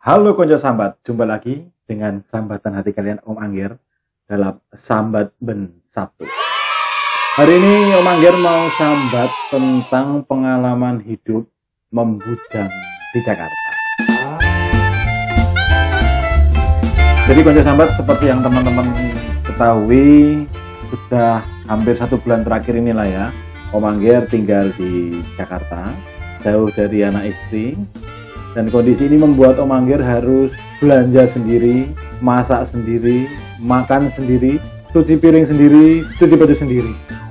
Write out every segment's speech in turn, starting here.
Halo konco sambat, jumpa lagi dengan sambatan hati kalian Om Angger dalam Sambat Ben Sabtu. Hari ini Om Angger mau sambat tentang pengalaman hidup membujang di Jakarta. Jadi konco sambat, seperti yang teman-teman ketahui, sudah hampir 1 bulan terakhir inilah ya, Om Angger tinggal di Jakarta, jauh dari anak istri. Dan kondisi ini membuat Om Angger harus belanja sendiri, masak sendiri, makan sendiri, cuci piring sendiri, cuci baju sendiri.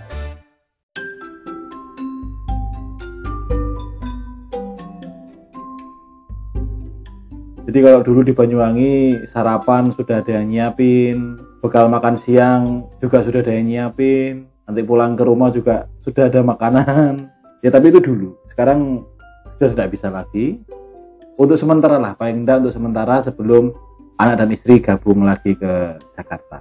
Jadi kalau dulu di Banyuwangi sarapan sudah ada yang nyiapin, bekal makan siang juga sudah ada yang nyiapin, nanti pulang ke rumah juga sudah ada makanan. Ya tapi itu dulu, sekarang sudah tidak bisa lagi. Untuk sementara lah, paling tidak untuk sementara sebelum anak dan istri gabung lagi ke Jakarta.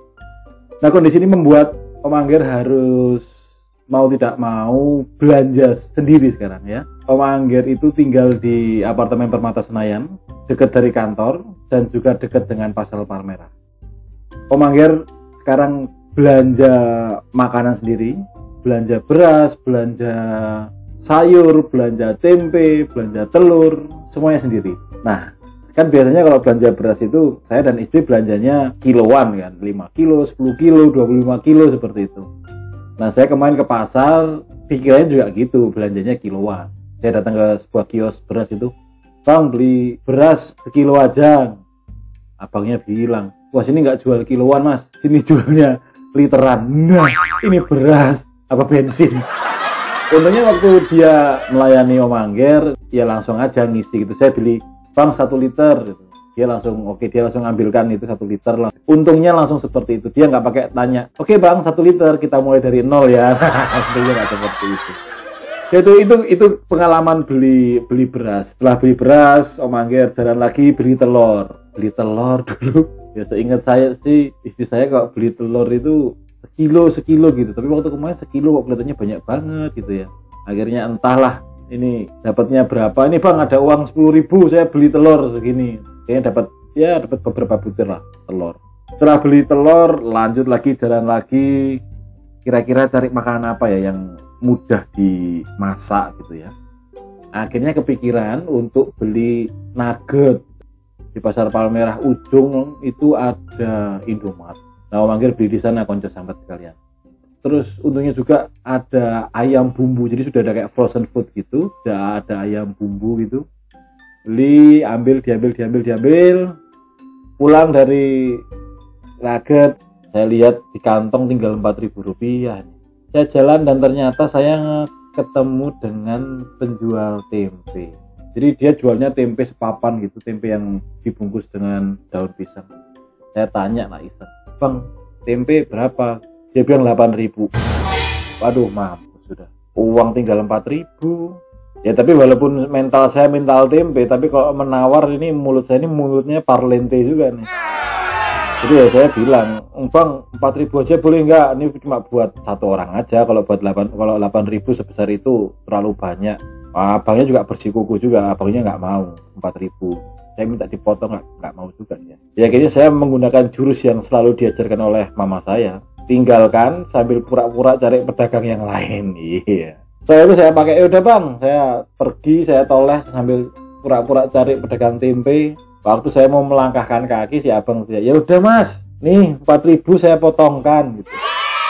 Nah kondisi ini membuat Om Angger harus mau tidak mau belanja sendiri sekarang ya. Om Angger itu tinggal di apartemen Permata Senayan, dekat dari kantor dan juga dekat dengan Pasar Palmerah. Om Angger sekarang belanja makanan sendiri, belanja beras, belanja sayur, belanja tempe, belanja telur, semuanya sendiri. Nah, kan biasanya kalau belanja beras itu saya dan istri belanjanya kiloan kan, 5 kilo, 10 kilo, 25 kilo seperti itu. Nah, saya kemarin ke pasar, pikirannya juga gitu, belanjanya kiloan. Saya datang ke sebuah kios beras itu, "Bang, beli beras sekilo aja." Abangnya bilang, "Wah, sini nggak jual kiloan mas, sini jualnya literan." Nah, ini beras apa bensin? Untungnya waktu dia melayani Om Angger, dia langsung aja ngisi gitu. Saya beli, "Bang, 1 liter." Gitu. Dia langsung, dia langsung ambilkan itu 1 liter. Untungnya langsung seperti itu. Dia nggak pakai tanya, "Oke bang, 1 liter, kita mulai dari 0 ya." Untungnya nggak seperti itu. Itu pengalaman beli beras. Setelah beli beras, Om Angger jalan lagi beli telur. Beli telur dulu. Ya seingat saya sih, istri saya kalau beli telur itu sekilo gitu, tapi waktu kemarin sekilo kok kelihatannya banyak banget gitu ya. Akhirnya entahlah ini dapatnya berapa. Ini bang, ada uang 10.000, saya beli telur segini. Kayaknya dapat beberapa butir lah telur. Setelah beli telur, lanjut lagi jalan lagi. Kira-kira cari makanan apa ya yang mudah dimasak gitu ya. Akhirnya kepikiran untuk beli nugget. Di Pasar Palmerah ujung itu ada Indomaret. Nah, Om Angger beli di sana konco sambat sekalian. Terus untungnya juga ada ayam bumbu, jadi sudah ada kayak frozen food gitu, sudah ada ayam bumbu gitu. Beli, diambil. Pulang dari nugget, saya lihat di kantong tinggal 4.000 rupiah. Saya jalan dan ternyata saya ketemu dengan penjual tempe. Jadi dia jualnya tempe sepapan gitu, tempe yang dibungkus dengan daun pisang. Saya tanya lah iseng, "Bang, tempe berapa?" Dia bilang 8.000. Waduh, mampus sudah. Uang tinggal 4.000. Ya tapi walaupun mental saya mental tempe, tapi kalau menawar ini mulut saya ini mulutnya parlente juga nih. Jadi ya saya bilang, "Bang, 4.000 aja boleh nggak? Ini cuma buat 1 orang aja. Kalau 8.000 sebesar itu terlalu banyak." Abangnya juga bersikuku juga, abangnya nggak mau 4.000. Saya minta dipotong, nggak mau juga ya. Ya akhirnya saya menggunakan jurus yang selalu diajarkan oleh mama saya, tinggalkan sambil pura-pura cari pedagang yang lain. Iya. Saya pakai, udah bang, saya pergi, saya toleh sambil pura-pura cari pedagang tempe. Waktu saya mau melangkahkan kaki, si abang saya, "Ya udah mas, nih 4.000 saya potongkan." Gitu.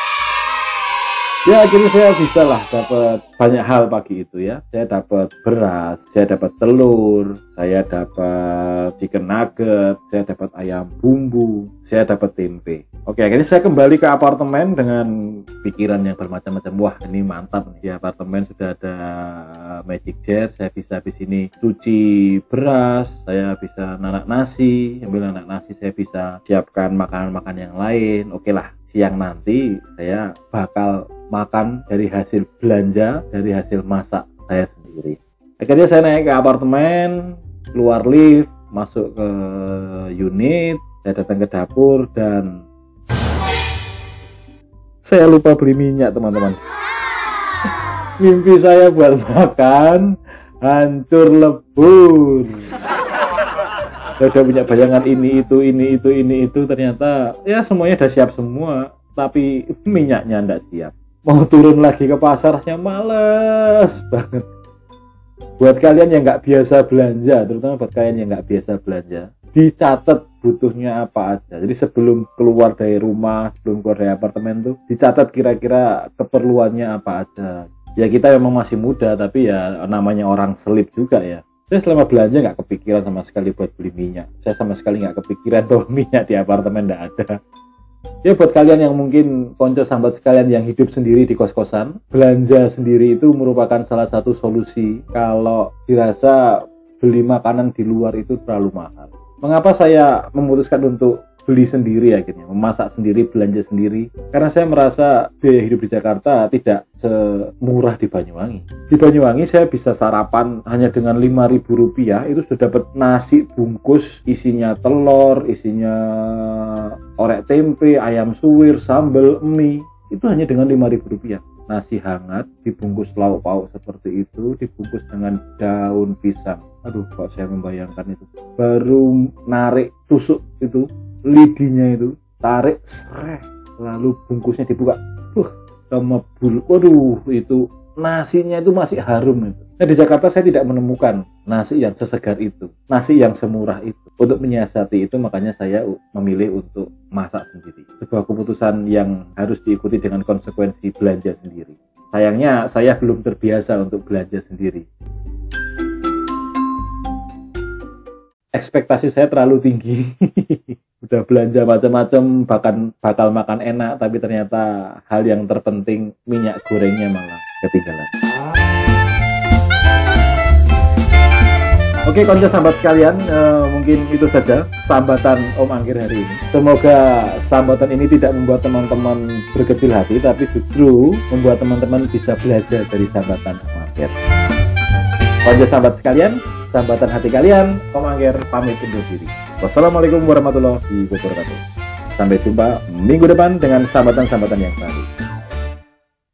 Ya akhirnya saya bisa lah dapat banyak hal pagi itu ya. Saya dapat beras, saya dapat telur, saya dapat chicken nugget, saya dapat ayam bumbu, saya dapat tempe. Oke, akhirnya saya kembali ke apartemen dengan pikiran yang bermacam-macam. Wah, ini mantap nih. Di apartemen sudah ada magic jar, saya bisa di sini cuci beras, saya bisa nanak nasi, sambil nanak nasi saya bisa siapkan makanan-makanan yang lain. Oke lah, siang nanti saya bakal makan dari hasil belanja, dari hasil masak saya sendiri. Akhirnya saya naik ke apartemen, keluar lift, masuk ke unit, saya datang ke dapur dan saya lupa beli minyak teman-teman. Mimpi saya buat makan hancur lebur. Saya udah punya bayangan ini itu, ternyata ya semuanya udah siap semua, tapi minyaknya nggak siap. Mau turun lagi ke pasar rasanya males banget. Buat kalian yang nggak biasa belanja, terutama buat kalian yang nggak biasa belanja, dicatat butuhnya apa aja. Jadi sebelum keluar dari rumah, sebelum keluar dari apartemen tuh, dicatat kira-kira keperluannya apa aja. Ya kita memang masih muda, tapi ya namanya orang selip juga ya. Saya selama belanja nggak kepikiran sama sekali buat beli minyak. Saya sama sekali nggak kepikiran bahwa minyak di apartemen nggak ada. Ya buat kalian yang mungkin konco sambat sekalian yang hidup sendiri di kos-kosan, belanja sendiri itu merupakan salah satu solusi kalau dirasa beli makanan di luar itu terlalu mahal. Mengapa saya memutuskan untuk beli sendiri akhirnya, memasak sendiri, belanja sendiri? Karena saya merasa biaya hidup di Jakarta tidak semurah di Banyuwangi. Di Banyuwangi saya bisa sarapan hanya dengan Rp5.000, itu sudah dapat nasi bungkus isinya telur, isinya orek tempe, ayam suwir, sambal, mie. Itu hanya dengan Rp5.000. Nasi hangat dibungkus lauk pauk seperti itu, dibungkus dengan daun pisang. Aduh, kok saya membayangkan itu. Baru narik tusuk itu, lidinya itu, tarik, sreh, lalu bungkusnya dibuka. Sama bulu. Waduh, itu nasinya itu masih harum itu. Nah, di Jakarta saya tidak menemukan nasi yang sesegar itu, nasi yang semurah itu. Untuk menyiasati itu, makanya saya memilih untuk masak sendiri. Sebuah keputusan yang harus diikuti dengan konsekuensi belanja sendiri. Sayangnya, saya belum terbiasa untuk belanja sendiri. Ekspektasi saya terlalu tinggi. Udah belanja macam-macam, bahkan bakal makan enak, tapi ternyata hal yang terpenting minyak gorengnya malah ketinggalan. Oke, konco sambat sekalian, mungkin itu saja sambatan Om Angkir hari ini. Semoga sambatan ini tidak membuat teman-teman berkecil hati, tapi justru membuat teman-teman bisa belajar dari sambatan Om Angkir. Konco sambat sekalian, sambatan hati kalian, Om Angkir pamit undur diri. Wassalamualaikum warahmatullahi wabarakatuh. Sampai jumpa minggu depan dengan sambatan-sambatan yang baru.